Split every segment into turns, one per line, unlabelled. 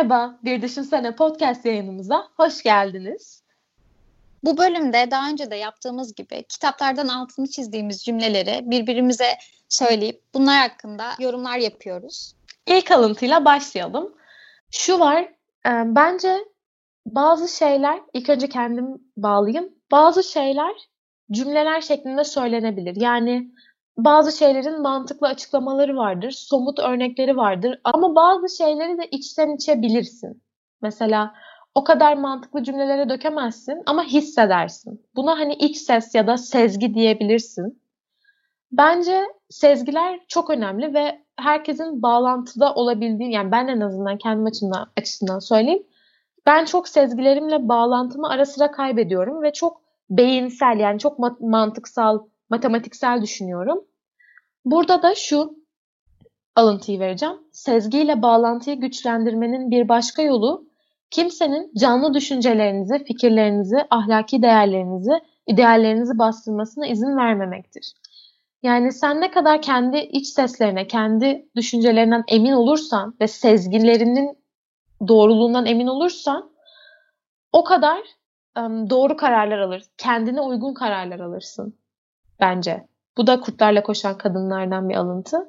Merhaba, Bir Düşünsene podcast yayınımıza hoş geldiniz.
Bu bölümde daha önce de yaptığımız gibi kitaplardan altını çizdiğimiz cümleleri birbirimize söyleyip bunlar hakkında yorumlar yapıyoruz.
İlk alıntıyla başlayalım. Şu var, bence bazı şeyler, ilk önce kendim bağlayayım, bazı şeyler cümleler şeklinde söylenebilir. Yani bazı şeylerin mantıklı açıklamaları vardır, somut örnekleri vardır ama bazı şeyleri de içten içe bilirsin. Mesela o kadar mantıklı cümlelere dökemezsin ama hissedersin. Buna hani iç ses ya da sezgi diyebilirsin. Bence sezgiler çok önemli ve herkesin bağlantıda olabildiği, yani ben en azından kendim açısından söyleyeyim. Ben çok sezgilerimle bağlantımı ara sıra kaybediyorum ve çok beyinsel, yani çok mantıksal, matematiksel düşünüyorum. Burada da şu alıntıyı vereceğim. Sezgiyle bağlantıyı güçlendirmenin bir başka yolu kimsenin canlı düşüncelerinizi, fikirlerinizi, ahlaki değerlerinizi, ideallerinizi bastırmasına izin vermemektir. Yani sen ne kadar kendi iç seslerine, kendi düşüncelerinden emin olursan ve sezgilerinin doğruluğundan emin olursan o kadar doğru kararlar alır, kendine uygun kararlar alırsın bence. Bu da Kurtlarla Koşan Kadınlardan bir alıntı.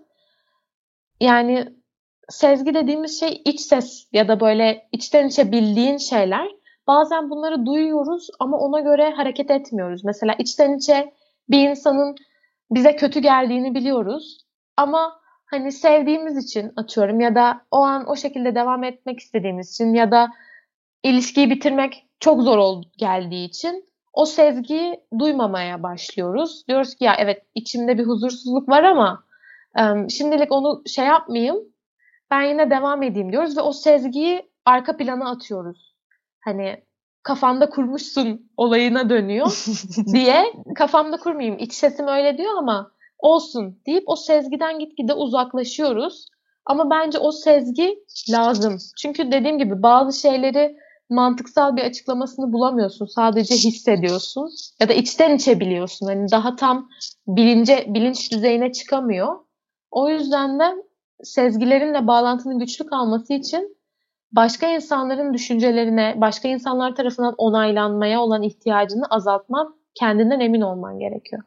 Yani sezgi dediğimiz şey iç ses ya da böyle içten içe bildiğin şeyler. Bazen bunları duyuyoruz ama ona göre hareket etmiyoruz. Mesela içten içe bir insanın bize kötü geldiğini biliyoruz. Ama hani sevdiğimiz için atıyorum ya da o an o şekilde devam etmek istediğimiz için ya da ilişkiyi bitirmek çok zor geldiği için o sezgiyi duymamaya başlıyoruz. Diyoruz ki ya evet içimde bir huzursuzluk var ama şimdilik onu şey yapmayayım, ben yine devam edeyim diyoruz ve o sezgiyi arka plana atıyoruz. Hani kafanda kurmuşsun olayına dönüyor diye kafamda kurmayayım. İç sesim öyle diyor ama olsun deyip o sezgiden gitgide uzaklaşıyoruz. Ama bence o sezgi lazım. Çünkü dediğim gibi bazı şeyleri mantıksal bir açıklamasını bulamıyorsun. Sadece hissediyorsun ya da içten içe biliyorsun. Hani daha tam bilinç düzeyine çıkamıyor. O yüzden de sezgilerinle bağlantının güçlü kalması için başka insanların düşüncelerine, başka insanlar tarafından onaylanmaya olan ihtiyacını azaltman, kendinden emin olman gerekiyor.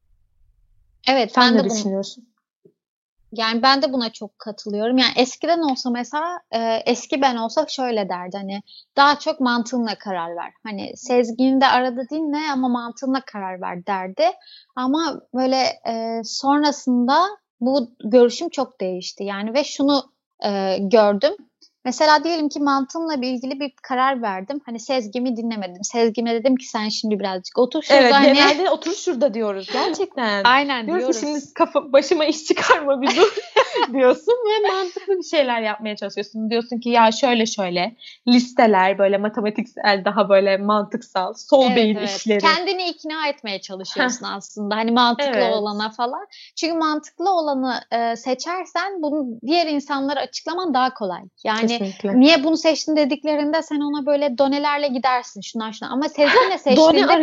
Evet,
sen ne düşünüyorsun?
Yani ben de buna çok katılıyorum. Yani eskiden olsa mesela eski ben olsa şöyle derdi, hani daha çok mantığınla karar ver. Hani sezgini de arada dinle ama mantığınla karar ver derdi. Ama böyle sonrasında bu görüşüm çok değişti. Yani ve şunu gördüm. Mesela diyelim ki mantığımla ilgili bir karar verdim. Hani sezgimi dinlemedim. Sezgime dedim ki sen şimdi birazcık otur şurada.
Evet, genelde otur şurada diyoruz gerçekten.
Aynen
diyoruz. Şimdi başıma iş çıkarma bir dur diyorsun ve mantıklı bir şeyler yapmaya çalışıyorsun. Diyorsun ki ya şöyle listeler, böyle matematiksel, daha böyle mantıksal, sol beyin işleri.
Kendini ikna etmeye çalışıyorsun aslında. Hani mantıklı olana falan. Çünkü mantıklı olanı seçersen bunu diğer insanlara açıklaman daha kolay. Yani kesinlikle. Niye bunu seçtin dediklerinde sen ona böyle donelerle gidersin şuna. Ama sezginle seçtiğinde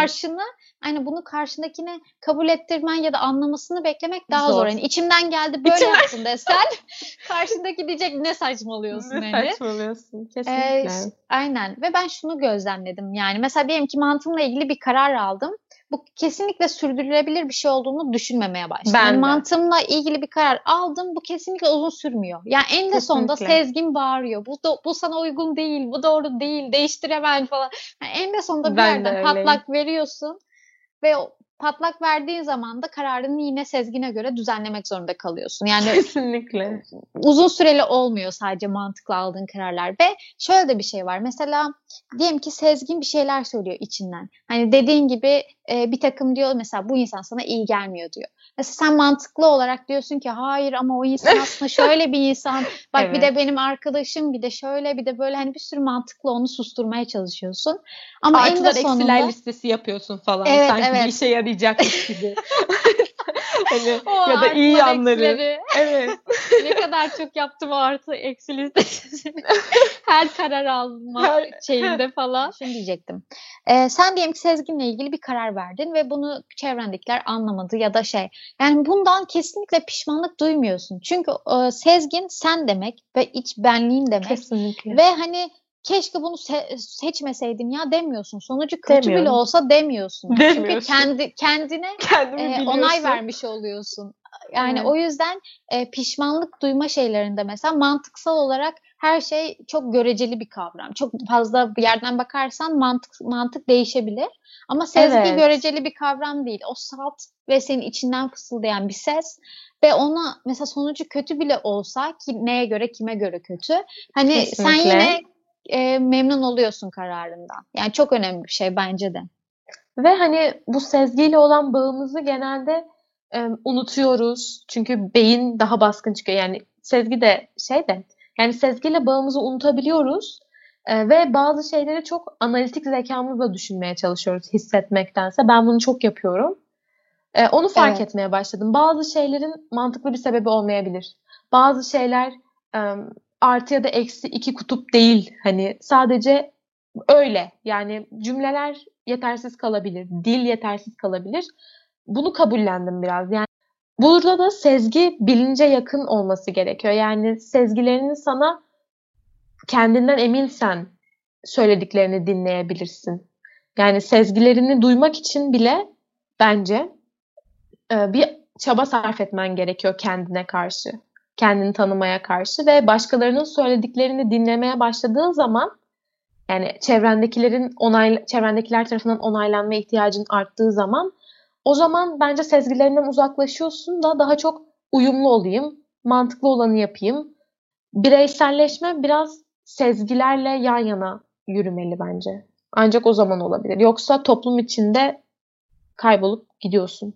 bunu karşındakine kabul ettirmen ya da anlamasını beklemek daha zor. Yani içimden geldi böyle yaptın desen karşındaki diyecek ne saçmalıyorsun
ne saçmalıyorsun kesinlikle.
Aynen ve ben şunu gözlemledim. Yani mesela diyelim ki mantığımla ilgili bir karar aldım. Bu kesinlikle sürdürülebilir bir şey olduğunu düşünmemeye başladım. Yani mantığımla ilgili bir karar aldım. Bu kesinlikle uzun sürmüyor. Yani en de sonunda sezgim bağırıyor. Bu sana uygun değil, bu doğru değil, değiştiremem falan. Yani en de sonunda bir yerden patlak veriyorsun ve patlak verdiğin zaman da kararını yine sezgine göre düzenlemek zorunda kalıyorsun. Yani
kesinlikle.
Uzun süreli olmuyor sadece mantıklı aldığın kararlar ve şöyle de bir şey var. Mesela diyelim ki sezgin bir şeyler söylüyor içinden. Hani dediğin gibi bir takım diyor mesela bu insan sana iyi gelmiyor diyor. Mesela sen mantıklı olarak diyorsun ki hayır ama o insan aslında şöyle bir insan. Bak bir de benim arkadaşım bir de şöyle bir de böyle hani bir sürü mantıklı onu susturmaya çalışıyorsun. Ama
artılar eksiler listesi yapıyorsun falan. Sanki bir işe yarayacakmış gibi. hani, ya da iyi yanları. Evet.
Ne kadar çok yaptım o artı eksi listesini. Her karar alma şeyinde falan. Şunu diyecektim. Sen diyelim ki Sezgin'le ilgili bir karar verdin ve bunu çevrendekiler anlamadı ya da şey. Yani bundan kesinlikle pişmanlık duymuyorsun. Çünkü Sezgin sen demek ve iç benliğin demek.
Kesinlikle.
Ve hani keşke bunu seçmeseydim ya demiyorsun. Sonucu kötü bile
Demiyorum.
olsa demiyorsun. Çünkü kendine
Kendimi
onay
biliyorsun.
vermiş oluyorsun. Yani
Evet.
o yüzden pişmanlık duyma şeylerinde mesela mantıksal olarak her şey çok göreceli bir kavram. Çok fazla bir yerden bakarsan mantık değişebilir. Ama sezgi
Evet.
göreceli bir kavram değil. O salt ve senin içinden fısıldayan bir ses ve ona mesela sonucu kötü bile olsa ki neye göre kime göre kötü. Hani sen
Kesinlikle.
yine memnun oluyorsun kararından. Yani çok önemli bir şey bence de.
Ve hani bu sezgiyle olan bağımızı genelde unutuyoruz. Çünkü beyin daha baskın çıkıyor. Yani sezgi de yani sezgiyle bağımızı unutabiliyoruz. Ve bazı şeyleri çok analitik zekamızla düşünmeye çalışıyoruz hissetmektense. Ben bunu çok yapıyorum. Onu fark
Evet.
etmeye başladım. Bazı şeylerin mantıklı bir sebebi olmayabilir. Bazı şeyler artı ya da eksi iki kutup değil. Hani sadece öyle. Yani cümleler yetersiz kalabilir. Dil yetersiz kalabilir. Bunu kabullendim biraz. Yani burada da sezgi bilince yakın olması gerekiyor. Yani sezgilerini sana kendinden eminsen söylediklerini dinleyebilirsin. Yani sezgilerini duymak için bile bence bir çaba sarf etmen gerekiyor kendine karşı. Kendini tanımaya karşı ve başkalarının söylediklerini dinlemeye başladığın zaman yani çevrendekiler tarafından onaylanma ihtiyacın arttığı zaman o zaman bence sezgilerinden uzaklaşıyorsun da daha çok uyumlu olayım, mantıklı olanı yapayım. Bireyselleşme biraz sezgilerle yan yana yürümeli bence. Ancak o zaman olabilir. Yoksa toplum içinde kaybolup gidiyorsun.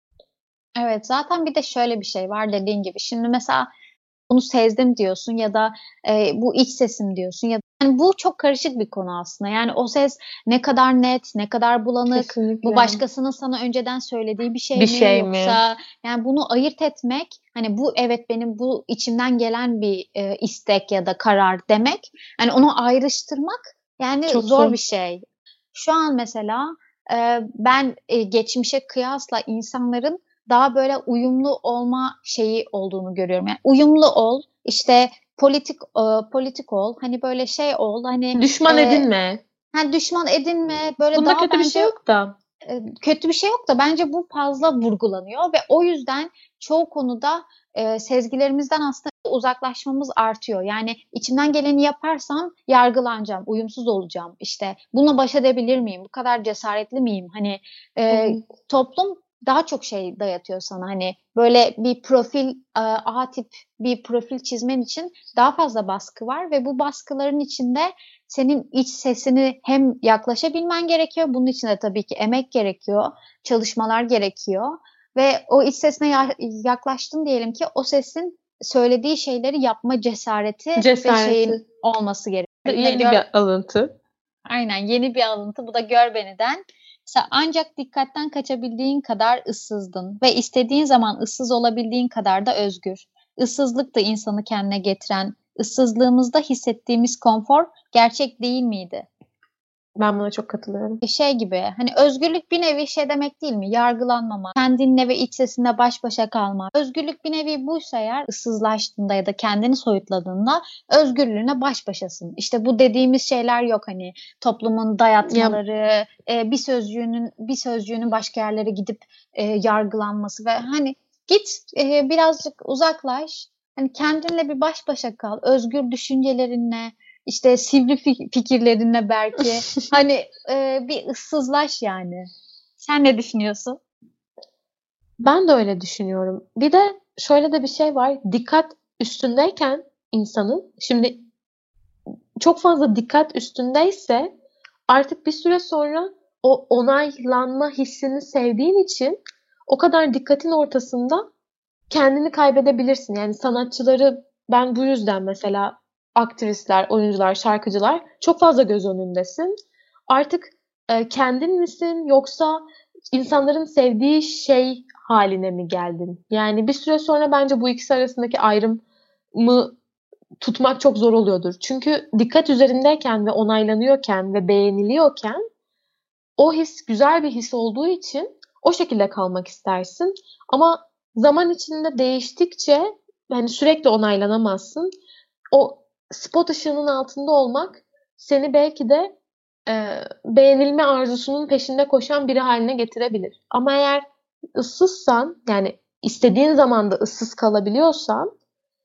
Evet, zaten bir de şöyle bir şey var dediğin gibi. Şimdi mesela bunu sezdim diyorsun ya da bu iç sesim diyorsun ya da yani bu çok karışık bir konu aslında. Yani o ses ne kadar net, ne kadar bulanık, bu
Kesinlikle.
başkasının sana önceden söylediği bir
Bir
şey mi
şey mi?
yoksa yani bunu ayırt etmek hani bu evet benim bu içimden gelen bir istek ya da karar demek. Yani onu ayrıştırmak yani
Çok
zor bir
zor.
şey. Şu an mesela ben geçmişe kıyasla insanların daha böyle uyumlu olma şeyi olduğunu görüyorum. Yani uyumlu ol, işte politik ol, hani böyle şey ol, hani
Düşman
e,
edinme.
düşman edinme, böyle
Bunda
daha
kötü bir şey
bence
yok da.
kötü bir şey yok da bence bu fazla vurgulanıyor ve o yüzden çoğu konuda sezgilerimizden aslında uzaklaşmamız artıyor. Yani içimden geleni yaparsam yargılanacağım, uyumsuz olacağım. İşte bununla baş edebilir miyim? Bu kadar cesaretli miyim? Hani
Evet.
toplum daha çok şey dayatıyor sana. Hani böyle bir profil, A tip bir profil çizmen için daha fazla baskı var ve bu baskıların içinde senin iç sesini hem yaklaşabilmen gerekiyor. Bunun için de tabii ki emek gerekiyor, çalışmalar gerekiyor. Ve o iç sesine yaklaştın diyelim ki o sesin söylediği şeyleri yapma cesareti ve şeyin
Cesareti.
olması gerekiyor. Yine
Yeni bir alıntı.
aynen yeni bir alıntı. Bu da Gör Beni'den. Mesela ancak dikkatten kaçabildiğin kadar ıssızdın ve istediğin zaman ıssız olabildiğin kadar da özgür. Issızlık da insanı kendine getiren, ıssızlığımızda hissettiğimiz konfor gerçek değil miydi?
Ben buna çok katılıyorum.
Şey gibi hani özgürlük bir nevi şey demek değil mi? Yargılanmama, kendinle ve iç sesinle baş başa kalma. Özgürlük bir nevi buysa eğer ıssızlaştığında ya da kendini soyutladığında özgürlüğüne baş başasın. İşte bu dediğimiz şeyler yok hani toplumun
Ya
dayatmaları, bir sözcüğünün başka yerlere gidip yargılanması ve hani git birazcık uzaklaş. Hani kendinle bir baş başa kal. Özgür düşüncelerinle, işte sivri fikirlerinle belki. Hani bir ıssızlaş yani. Sen ne düşünüyorsun?
ben de öyle düşünüyorum. Bir de şöyle de bir şey var. Dikkat üstündeyken insanın şimdi çok fazla dikkat üstündeyse artık bir süre sonra o onaylanma hissini sevdiğin için o kadar dikkatin ortasında kendini kaybedebilirsin. Yani sanatçıları ben bu yüzden mesela aktrisler, oyuncular, şarkıcılar çok fazla göz önündesin. Artık kendin misin yoksa insanların sevdiği şey haline mi geldin? Yani bir süre sonra bence bu ikisi arasındaki ayrımı tutmak çok zor oluyordur. Çünkü dikkat üzerindeyken ve onaylanıyorken ve beğeniliyorken o his güzel bir his olduğu için o şekilde kalmak istersin. Ama zaman içinde değiştikçe yani sürekli onaylanamazsın. O spot ışığının altında olmak seni belki de beğenilme arzusunun peşinde koşan biri haline getirebilir. Ama eğer ıssızsan yani istediğin zaman da ıssız kalabiliyorsan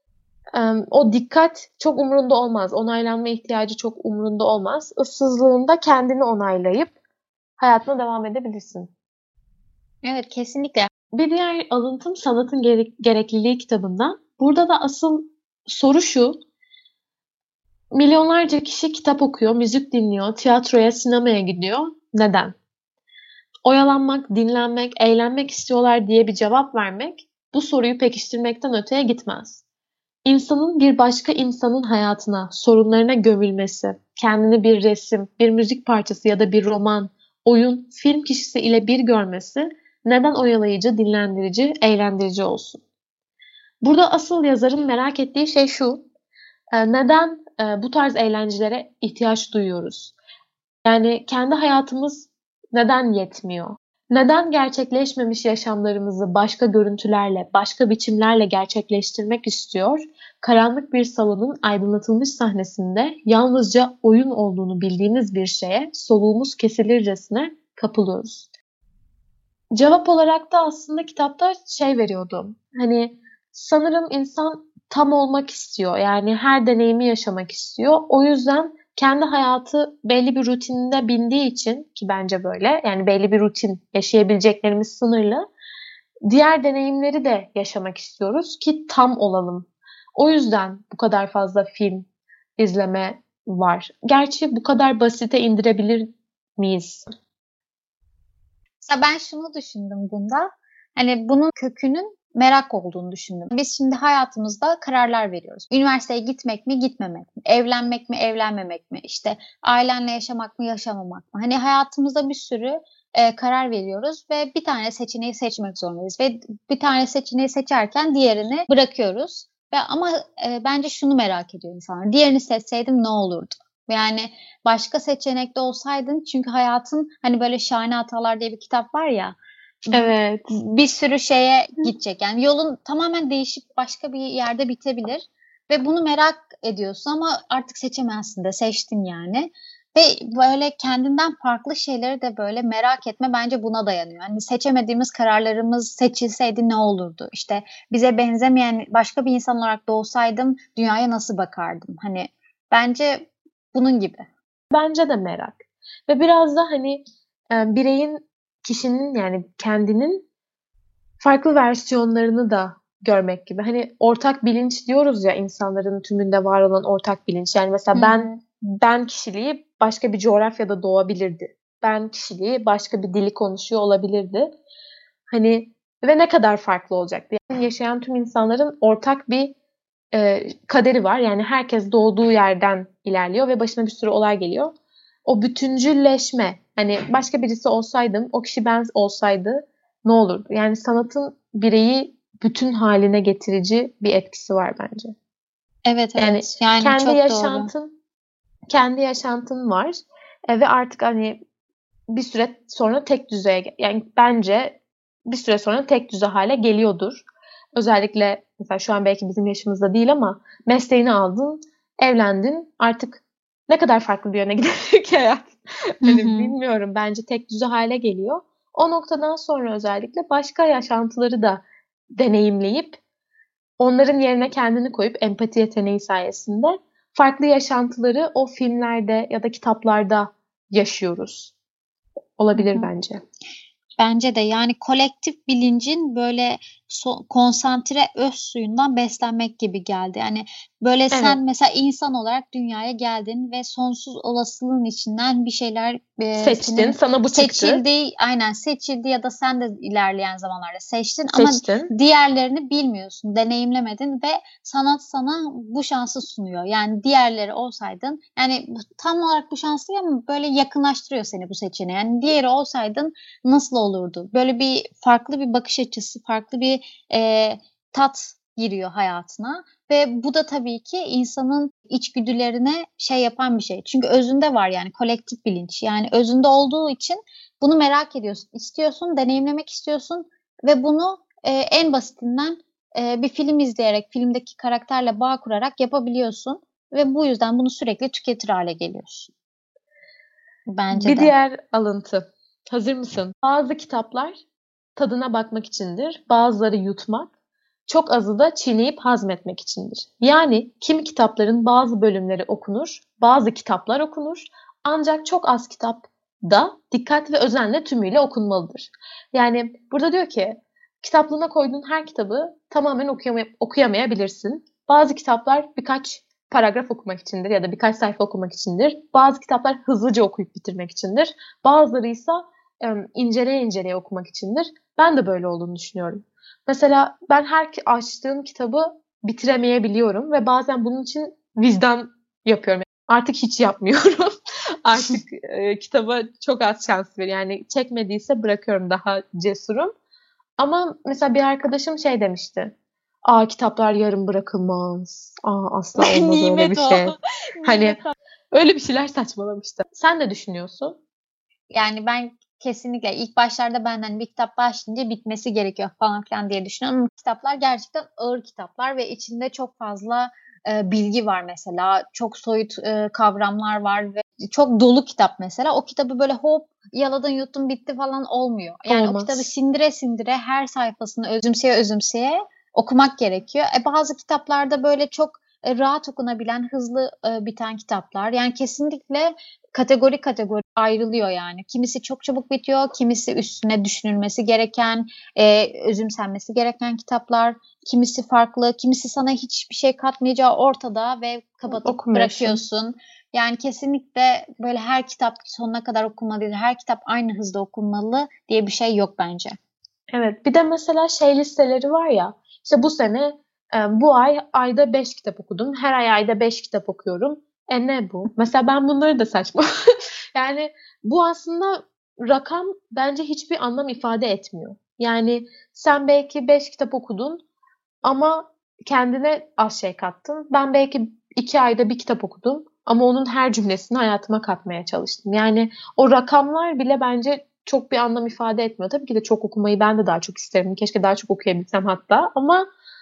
o dikkat çok umurunda olmaz. Onaylanma ihtiyacı çok umurunda olmaz. Issızlığında kendini onaylayıp hayatına devam edebilirsin.
Evet, kesinlikle.
Bir diğer alıntım Sanatın Gerekliliği kitabından. Burada da asıl soru şu. Milyonlarca kişi kitap okuyor, müzik dinliyor, tiyatroya, sinemaya gidiyor. Neden? Oyalanmak, dinlenmek, eğlenmek istiyorlar diye bir cevap vermek bu soruyu pekiştirmekten öteye gitmez. İnsanın bir başka insanın hayatına, sorunlarına gömülmesi, kendini bir resim, bir müzik parçası ya da bir roman, oyun, film kişisi ile bir görmesi neden oyalayıcı, dinlendirici, eğlendirici olsun? Burada asıl yazarın merak ettiği şey şu, neden bu tarz eğlencelere ihtiyaç duyuyoruz? Yani kendi hayatımız neden yetmiyor? Neden gerçekleşmemiş yaşamlarımızı başka görüntülerle, başka biçimlerle gerçekleştirmek istiyor? Karanlık bir salonun aydınlatılmış sahnesinde yalnızca oyun olduğunu bildiğimiz bir şeye soluğumuz kesilircesine kapılıyoruz. Cevap olarak da aslında kitapta veriyordu. Hani sanırım insan tam olmak istiyor. Yani her deneyimi yaşamak istiyor. O yüzden kendi hayatı belli bir rutininde bindiği için ki bence böyle yani belli bir rutin yaşayabileceklerimiz sınırlı. Diğer deneyimleri de yaşamak istiyoruz ki tam olalım. O yüzden bu kadar fazla film izleme var. Gerçi bu kadar basite indirebilir miyiz?
Mesela ben şunu düşündüm bunda. Hani bunun kökünün merak olduğunu düşündüm. Biz şimdi hayatımızda kararlar veriyoruz. Üniversiteye gitmek mi, gitmemek mi? Evlenmek mi, evlenmemek mi? İşte ailenle yaşamak mı, yaşamamak mı? Hani hayatımızda bir sürü karar veriyoruz ve bir tane seçeneği seçmek zorundayız. Ve bir tane seçeneği seçerken diğerini bırakıyoruz. Ama bence şunu merak ediyor insanlar. Diğerini seçseydim ne olurdu? Yani başka seçenekte olsaydın çünkü hayatın hani böyle Şahane Hatalar diye bir kitap var ya
Evet.
bir sürü şeye gidecek. Yani yolun tamamen değişip başka bir yerde bitebilir ve bunu merak ediyorsun ama artık seçemezsin de seçtin yani. Ve böyle kendinden farklı şeyleri de böyle merak etme bence buna dayanıyor. Hani seçemediğimiz kararlarımız seçilseydi ne olurdu? İşte bize benzemeyen başka bir insan olarak doğsaydım dünyaya nasıl bakardım? Hani bence bunun gibi.
Bence de merak. Ve biraz da hani bireyin, kişinin yani kendinin farklı versiyonlarını da görmek gibi. Hani ortak bilinç diyoruz ya insanların tümünde var olan ortak bilinç. Yani mesela ben kişiliği başka bir coğrafyada doğabilirdi. Ben kişiliği başka bir dili konuşuyor olabilirdi. Hani ve ne kadar farklı olacaktı? Yani yaşayan tüm insanların ortak bir kaderi var. Yani herkes doğduğu yerden ilerliyor ve başına bir sürü olay geliyor. O bütüncülleşme, hani başka birisi olsaydım, o kişi ben olsaydı ne olurdu? Yani sanatın bireyi bütün haline getirici bir etkisi var bence.
Evet,
Yani
evet. Yani
kendi
çok doğru.
kendi yaşantın var ve artık hani bir süre sonra tek düzeye yani bence bir süre sonra tek düze hale geliyordur. Özellikle mesela şu an belki bizim yaşımızda değil ama mesleğini aldın, evlendin. Artık ne kadar farklı bir yöne gidiyor ki hayat. Hani bilmiyorum. Bence tek düze hale geliyor. O noktadan sonra özellikle başka yaşantıları da deneyimleyip onların yerine kendini koyup empati yeteneği sayesinde farklı yaşantıları o filmlerde ya da kitaplarda yaşıyoruz. Olabilir bence.
Bence de yani kolektif bilincin böyle konsantre öz suyundan beslenmek gibi geldi. Yani böyle sen
Evet.
mesela insan olarak dünyaya geldin ve sonsuz olasılığın içinden bir şeyler
Seçtin,
senin
sana bu çıktı.
aynen seçildi ya da sen de ilerleyen zamanlarda seçtin ama
Seçtin.
diğerlerini bilmiyorsun, deneyimlemedin ve sanat sana bu şansı sunuyor. Yani diğerleri olsaydın, yani tam olarak bu şans değil ama böyle yakınlaştırıyor seni bu seçeneğe. Yani diğeri olsaydın nasıl olurdu? Böyle bir farklı bir bakış açısı, farklı bir tat giriyor hayatına ve bu da tabii ki insanın içgüdülerine şey yapan bir şey. Çünkü özünde var, yani kolektif bilinç. Yani özünde olduğu için bunu merak ediyorsun, istiyorsun, deneyimlemek istiyorsun ve bunu en basitinden bir film izleyerek, filmdeki karakterle bağ kurarak yapabiliyorsun ve bu yüzden bunu sürekli tüketir hale geliyorsun. Bence
Bir
de.
diğer alıntı. Hazır mısın? Bazı kitaplar tadına bakmak içindir, bazıları yutmak, çok azı da çiğneyip hazmetmek içindir. Yani kimi kitapların bazı bölümleri okunur, bazı kitaplar okunur, ancak çok az kitap da dikkat ve özenle tümüyle okunmalıdır. Yani burada diyor ki, kitaplığına koyduğun her kitabı tamamen okuyamayabilirsin. Bazı kitaplar birkaç paragraf okumak içindir ya da birkaç sayfa okumak içindir. Bazı kitaplar hızlıca okuyup bitirmek içindir. Bazıları ise inceleye inceleye okumak içindir. Ben de böyle olduğunu düşünüyorum. Mesela ben her açtığım kitabı bitiremeyebiliyorum ve bazen bunun için vicdan yapıyorum. Artık hiç yapmıyorum. Artık kitaba çok az şans veriyorum. Yani çekmediyse bırakıyorum, daha cesurum. Ama mesela bir arkadaşım şey demişti. Kitaplar yarım bırakılmaz. Asla olmaz öyle bir
Nimet o.
şey. Hani
Nimet o.
öyle bir şeyler saçmalamıştı. Sen ne düşünüyorsun?
Yani ben kesinlikle ilk başlarda benden bir kitap başlayınca bitmesi gerekiyor falan filan diye düşünüyorum. Ama kitaplar gerçekten ağır kitaplar ve içinde çok fazla bilgi var mesela. Çok soyut kavramlar var ve çok dolu kitap mesela. O kitabı böyle hop yaladın yuttun bitti falan olmuyor. Yani o kitabı
Olmaz.
sindire sindire her sayfasını özümseye özümseye okumak gerekiyor. Bazı kitaplarda böyle çok rahat okunabilen, hızlı biten kitaplar. Yani kesinlikle kategori kategori ayrılıyor yani. Kimisi çok çabuk bitiyor, kimisi üstüne düşünülmesi gereken, özümsenmesi gereken kitaplar, kimisi farklı, kimisi sana hiçbir şey katmayacağı ortada ve kapatıp
Okumuyorsun.
bırakıyorsun. Yani kesinlikle böyle her kitap sonuna kadar okunmalı, her kitap aynı hızda okunmalı diye bir şey yok bence.
Evet. Bir de mesela şey listeleri var ya. İşte bu sene bu ay ayda 5 kitap okudum. Her ay ayda 5 kitap okuyorum. Ne bu? Mesela ben bunları da saçma. Yani bu aslında rakam bence hiçbir anlam ifade etmiyor. Yani sen belki 5 kitap okudun ama kendine az şey kattın. Ben belki 2 ayda bir kitap okudum ama onun her cümlesini hayatıma katmaya çalıştım. Yani o rakamlar bile bence çok bir anlam ifade etmiyor. Tabii ki de çok okumayı ben de daha çok isterim. Keşke daha çok okuyabilsem hatta. Ama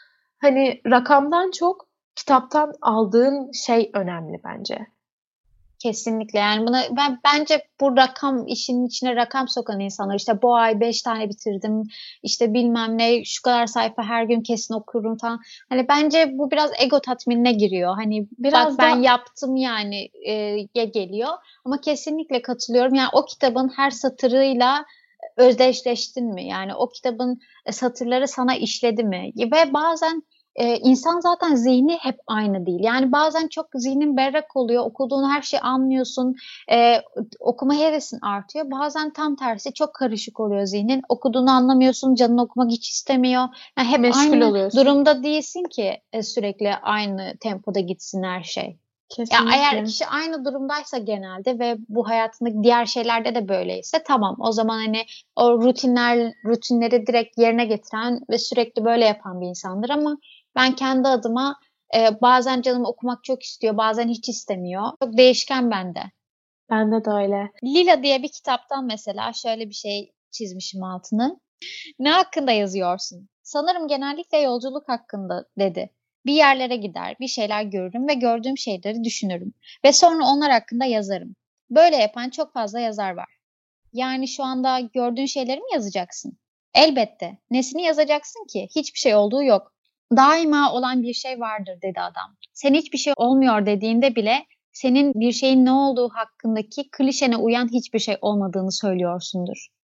hani rakamdan çok kitaptan aldığın şey önemli bence.
Kesinlikle, yani bence bu rakam işinin içine rakam sokan insanlar, işte bu ay 5 tane bitirdim, işte bilmem ne şu kadar sayfa her gün kesin okurum falan. Hani bence bu biraz ego tatminine giriyor. Hani bak
Biraz
ben
da
yaptım yani geliyor. Ama kesinlikle katılıyorum. Yani o kitabın her satırıyla özdeşleştin mi? Yani o kitabın satırları sana işledi mi? Ve bazen insan zaten zihni hep aynı değil. Yani bazen çok zihnin berrak oluyor. Okuduğun her şeyi anlıyorsun. E, Okuma hevesin artıyor. Bazen tam tersi çok karışık oluyor zihnin. Okuduğunu anlamıyorsun. Canın okumak hiç istemiyor. Yani hep
meşgul
aynı
oluyorsun.
durumda değilsin ki sürekli aynı tempoda gitsin her şey. Ya eğer
Kesinlikle.
kişi aynı durumdaysa genelde ve bu hayatındaki diğer şeylerde de böyleyse tamam. O zaman hani o rutinleri direkt yerine getiren ve sürekli böyle yapan bir insandır ama ben kendi adıma bazen canım okumak çok istiyor, bazen hiç istemiyor. Çok değişken bende.
Bende de öyle.
Lila diye bir kitaptan mesela şöyle bir şey çizmişim altını. Ne hakkında yazıyorsun? Sanırım genellikle yolculuk hakkında dedi. Bir yerlere gider, bir şeyler görürüm ve gördüğüm şeyleri düşünürüm. Ve sonra onlar hakkında yazarım. Böyle yapan çok fazla yazar var. Yani şu anda gördüğün şeyleri mi yazacaksın? Elbette. Nesini yazacaksın ki? Hiçbir şey olduğu yok. Daima olan bir şey vardır dedi adam. Sen hiçbir şey olmuyor dediğinde bile senin bir şeyin ne olduğu hakkındaki klişene uyan hiçbir şey olmadığını söylüyorsundur.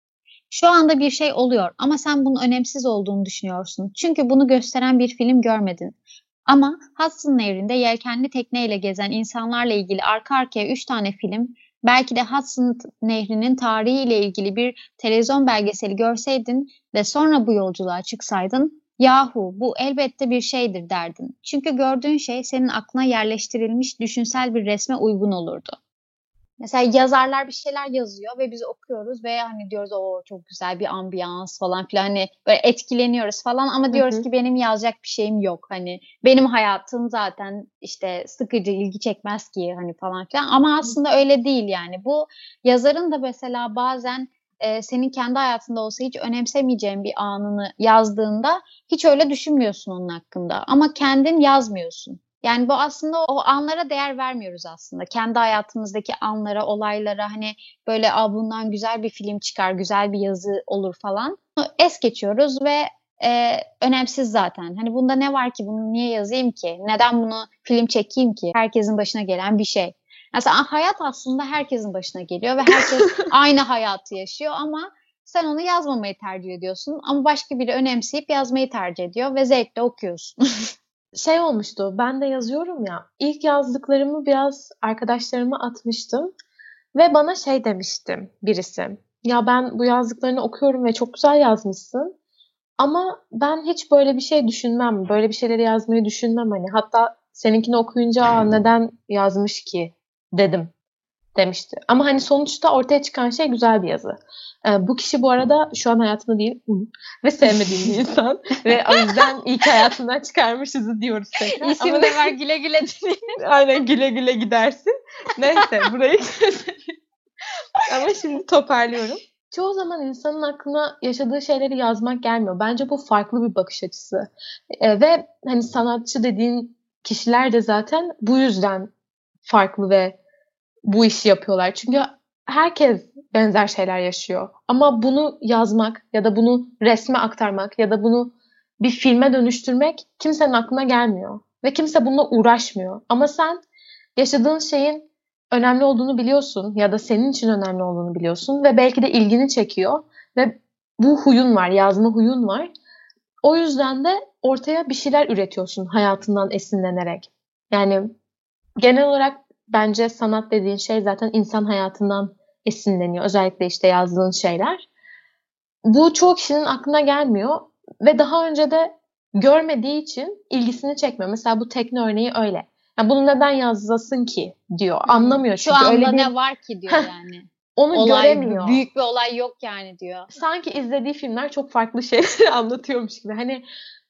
Şu anda bir şey oluyor ama sen bunun önemsiz olduğunu düşünüyorsun. Çünkü bunu gösteren bir film görmedin. Ama Hudson Nehri'nde yelkenli tekneyle gezen insanlarla ilgili arka arkaya 3 tane film, belki de Hudson Nehri'nin tarihiyle ilgili bir televizyon belgeseli görseydin ve sonra bu yolculuğa çıksaydın, yahu bu elbette bir şeydir derdin. Çünkü gördüğün şey senin aklına yerleştirilmiş düşünsel bir resme uygun olurdu. Mesela yazarlar bir şeyler yazıyor ve biz okuyoruz ve hani diyoruz o çok güzel bir ambiyans falan filan, hani böyle etkileniyoruz falan ama
Hı
diyoruz
hı.
ki benim yazacak bir şeyim yok, hani benim hayatım zaten işte sıkıcı, ilgi çekmez ki hani falan filan, ama aslında öyle değil. Yani bu yazarın da mesela bazen senin kendi hayatında olsa hiç önemsemeyeceğin bir anını yazdığında hiç öyle düşünmüyorsun onun hakkında ama kendin yazmıyorsun. Yani bu aslında o anlara değer vermiyoruz aslında. Kendi hayatımızdaki anlara, olaylara, hani böyle bundan güzel bir film çıkar, güzel bir yazı olur falan. Es geçiyoruz ve önemsiz zaten. Hani bunda ne var ki? Bunu niye yazayım ki? Neden bunu film çekeyim ki? Herkesin başına gelen bir şey. Mesela hayat aslında herkesin başına geliyor ve herkes aynı hayatı yaşıyor ama sen onu yazmamayı tercih ediyorsun. Ama başka biri önemseyip yazmayı tercih ediyor ve zevkle okuyorsun.
Şey olmuştu, ben de yazıyorum ya, ilk yazdıklarımı biraz arkadaşlarıma atmıştım ve bana şey demişti birisi. Ya ben bu yazdıklarını okuyorum ve çok güzel yazmışsın. Ama ben hiç böyle bir şey düşünmem. Böyle bir şeyleri yazmayı düşünmem hani. Hatta seninkini okuyunca neden yazmış ki dedim demişti. Ama hani sonuçta ortaya çıkan şey güzel bir yazı. Bu kişi bu arada şu an hayatında değil ve sevmediğim bir insan. Ve o yüzden iyi ki hayatından çıkarmışızı diyoruz tekrar. Ama
İsim de ver, güle güle dinle.
aynen güle güle gidersin. Neyse burayı ama şimdi toparlıyorum. Çoğu zaman insanın aklına yaşadığı şeyleri yazmak gelmiyor. Bence bu farklı bir bakış açısı. Ve hani sanatçı dediğin kişiler de zaten bu yüzden farklı ve bu işi yapıyorlar. Çünkü herkes benzer şeyler yaşıyor. Ama bunu yazmak ya da bunu resme aktarmak ya da bunu bir filme dönüştürmek kimsenin aklına gelmiyor. Ve kimse bununla uğraşmıyor. Ama sen yaşadığın şeyin önemli olduğunu biliyorsun ya da senin için önemli olduğunu biliyorsun ve belki de ilgini çekiyor ve bu huyun var, yazma huyun var. O yüzden de ortaya bir şeyler üretiyorsun hayatından esinlenerek. Yani genel olarak bence sanat dediğin şey zaten insan hayatından esinleniyor. Özellikle işte yazdığın şeyler. Bu çoğu kişinin aklına gelmiyor ve daha önce de görmediği için ilgisini çekmiyor. Mesela bu tekne örneği öyle. Yani bunu neden yazasın ki diyor. Anlamıyor
Şu
çünkü öyle
anda
bir
ne var ki diyor yani.
onu
Olay,
göremiyor.
büyük bir olay yok yani diyor.
Sanki izlediği filmler çok farklı şeyler anlatıyormuş gibi. Hani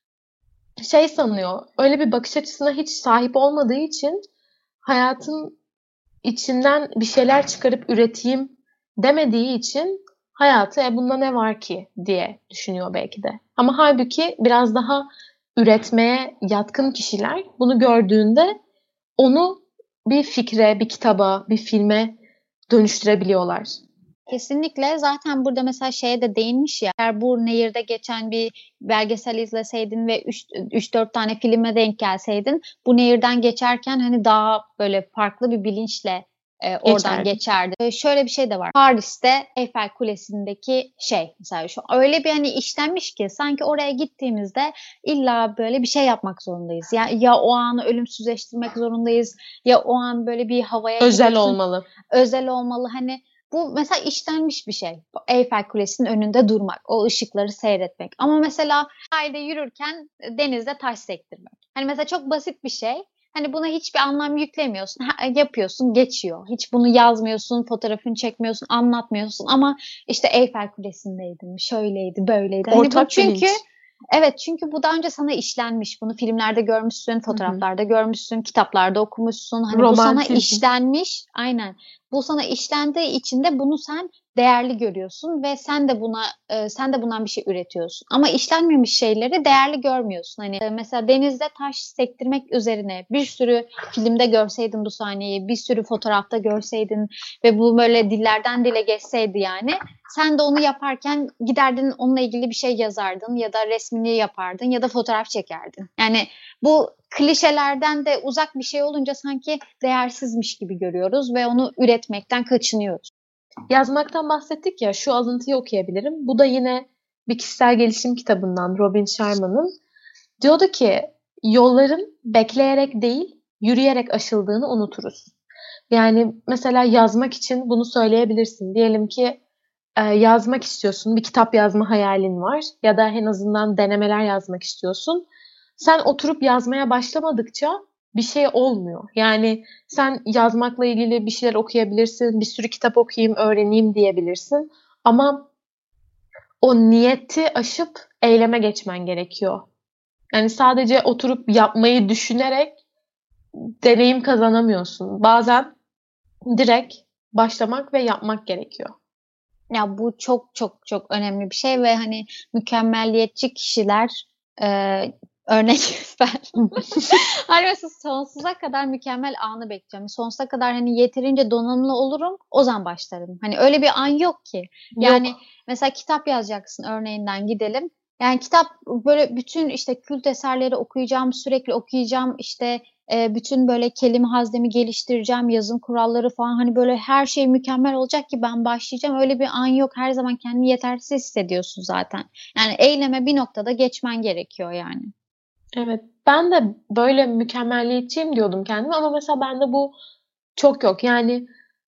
şey sanıyor. Öyle bir bakış açısına hiç sahip olmadığı için hayatın içinden bir şeyler çıkarıp üreteyim demediği için hayatı bunda ne var ki diye düşünüyor belki de. Ama halbuki biraz daha üretmeye yatkın kişiler bunu gördüğünde onu bir fikre, bir kitaba, bir filme dönüştürebiliyorlar.
Kesinlikle. Zaten burada mesela şeye de değinmiş ya. Eğer bu nehirde geçen bir belgesel izleseydin ve 3-4 tane filme denk gelseydin, bu nehirden geçerken hani daha böyle farklı bir bilinçle oradan
Geçerdi.
geçerdi. Şöyle bir şey de var. Paris'te Eiffel Kulesi'ndeki şey mesela, şu öyle bir hani işlenmiş ki sanki oraya gittiğimizde illa böyle bir şey yapmak zorundayız. Ya o anı ölümsüzleştirmek zorundayız, ya o an böyle bir havaya
Özel
giriyorsun.
olmalı.
Özel olmalı. Hani bu mesela işlenmiş bir şey. Eiffel Kulesi'nin önünde durmak, o ışıkları seyretmek. Ama mesela sahilde yürürken denizde taş sektirmek. Hani mesela çok basit bir şey. Hani buna hiçbir anlam yüklemiyorsun. Yapıyorsun, geçiyor. Hiç bunu yazmıyorsun, fotoğrafını çekmiyorsun, anlatmıyorsun. Ama işte Eiffel Kulesi'ndeydim, şöyleydi, böyleydi. Hani bu
Ortak
çünkü
bilinç.
evet, çünkü bu daha önce sana işlenmiş. Bunu filmlerde görmüşsün,
Hı hı.
fotoğraflarda görmüşsün, kitaplarda okumuşsun. Hani bu sana
Romantizm.
işlenmiş. Aynen. Bu sana işlendiği için de bunu sen değerli görüyorsun ve sen de bundan bir şey üretiyorsun. Ama işlenmemiş şeyleri değerli görmüyorsun. Hani mesela denizde taş sektirmek üzerine bir sürü filmde görseydin bu sahneyi, bir sürü fotoğrafta görseydin ve bu böyle dillerden dile geçseydi yani, sen de onu yaparken giderdin onunla ilgili bir şey yazardın ya da resmini yapardın ya da fotoğraf çekerdin. Yani bu klişelerden de uzak bir şey olunca sanki değersizmiş gibi görüyoruz ve onu üretmekten kaçınıyoruz.
yazmaktan bahsettik ya, şu alıntıyı okuyabilirim. Bu da yine bir kişisel gelişim kitabından, Robin Sharma'nın. Diyordu ki yolların bekleyerek değil, yürüyerek aşıldığını unuturuz. Yani mesela yazmak için bunu söyleyebilirsin. Diyelim ki yazmak istiyorsun, bir kitap yazma hayalin var ya da en azından denemeler yazmak istiyorsun. Sen oturup yazmaya başlamadıkça bir şey olmuyor. Yani sen yazmakla ilgili bir şeyler okuyabilirsin, bir sürü kitap okuyayım, öğreneyim diyebilirsin. Ama o niyeti aşıp eyleme geçmen gerekiyor. Yani sadece oturup yapmayı düşünerek deneyim kazanamıyorsun. Bazen direkt başlamak ve yapmak gerekiyor.
Ya bu çok çok çok önemli bir şey ve hani mükemmelliyetçi kişiler e, örnek ben. Hani mesela sonsuza kadar mükemmel anı bekliyorum. Sonsuza kadar hani yeterince donanımlı olurum, o zaman başlarım. Hani öyle bir an yok ki. Yani
Yok.
mesela kitap yazacaksın, örneğinden gidelim. Yani kitap böyle bütün işte kült eserleri okuyacağım, sürekli okuyacağım, işte bütün böyle kelime haznemi geliştireceğim, yazım kuralları falan, hani böyle her şey mükemmel olacak ki ben başlayacağım. Öyle bir an yok. Her zaman kendini yetersiz hissediyorsun zaten. Yani eyleme bir noktada geçmen gerekiyor yani.
Evet. Ben de böyle mükemmelliyetçiyim diyordum kendime ama mesela bende bu çok yok. Yani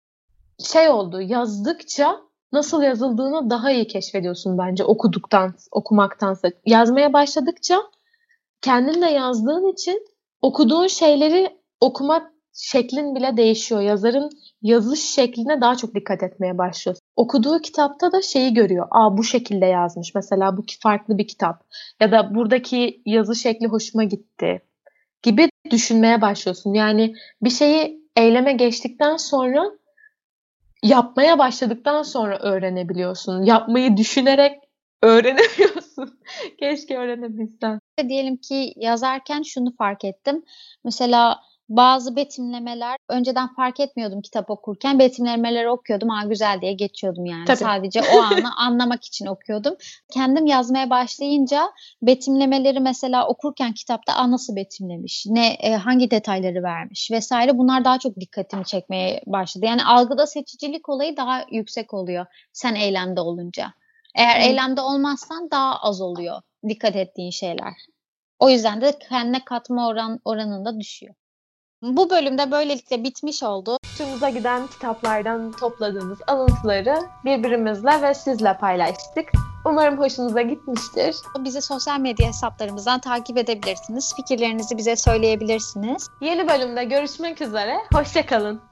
şey oldu, yazdıkça nasıl yazıldığını daha iyi keşfediyorsun bence okumaktansa. Yazmaya başladıkça kendin de yazdığın için okuduğun şeyleri okuma şeklin bile değişiyor. Yazarın yazış şekline daha çok dikkat etmeye başlıyorsun. Okuduğu kitapta da şeyi görüyor. Aa, bu şekilde yazmış. Mesela bu farklı bir kitap. Ya da buradaki yazı şekli hoşuma gitti gibi düşünmeye başlıyorsun. Yani bir şeyi eyleme geçtikten sonra, yapmaya başladıktan sonra öğrenebiliyorsun. Yapmayı düşünerek öğrenemiyorsun. Keşke öğrenebilsen.
Diyelim ki yazarken şunu fark ettim. Mesela bazı betimlemeler önceden fark etmiyordum kitap okurken. Betimlemeleri okuyordum. Aa, güzel diye geçiyordum yani.
Tabii.
Sadece o anı anlamak için okuyordum. Kendim yazmaya başlayınca betimlemeleri mesela okurken kitapta nasıl betimlemiş, hangi detayları vermiş vesaire, bunlar daha çok dikkatimi çekmeye başladı. Yani algıda seçicilik olayı daha yüksek oluyor sen eylemde olunca. Eğer
Evet.
eylemde olmazsan daha az oluyor dikkat ettiğin şeyler. O yüzden de kendine katma oranında düşüyor. Bu bölümde böylelikle bitmiş oldu.
Hoşumuza giden kitaplardan topladığımız alıntıları birbirimizle ve sizle paylaştık. Umarım hoşunuza gitmiştir.
Bizi sosyal medya hesaplarımızdan takip edebilirsiniz. Fikirlerinizi bize söyleyebilirsiniz.
Yeni bölümde görüşmek üzere. Hoşça kalın.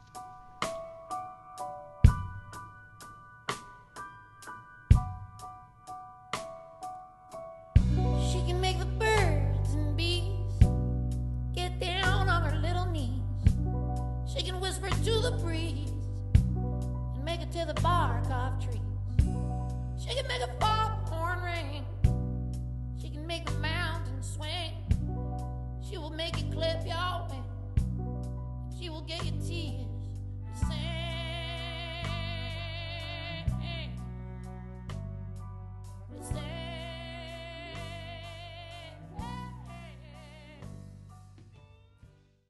She can make the birds and bees get down on her little knees. She can whisper to the breeze and make it to the bark of trees. She can make a foghorn ring. She can make the mountain swing. She will make it clip your wing. She will get your tears to sing.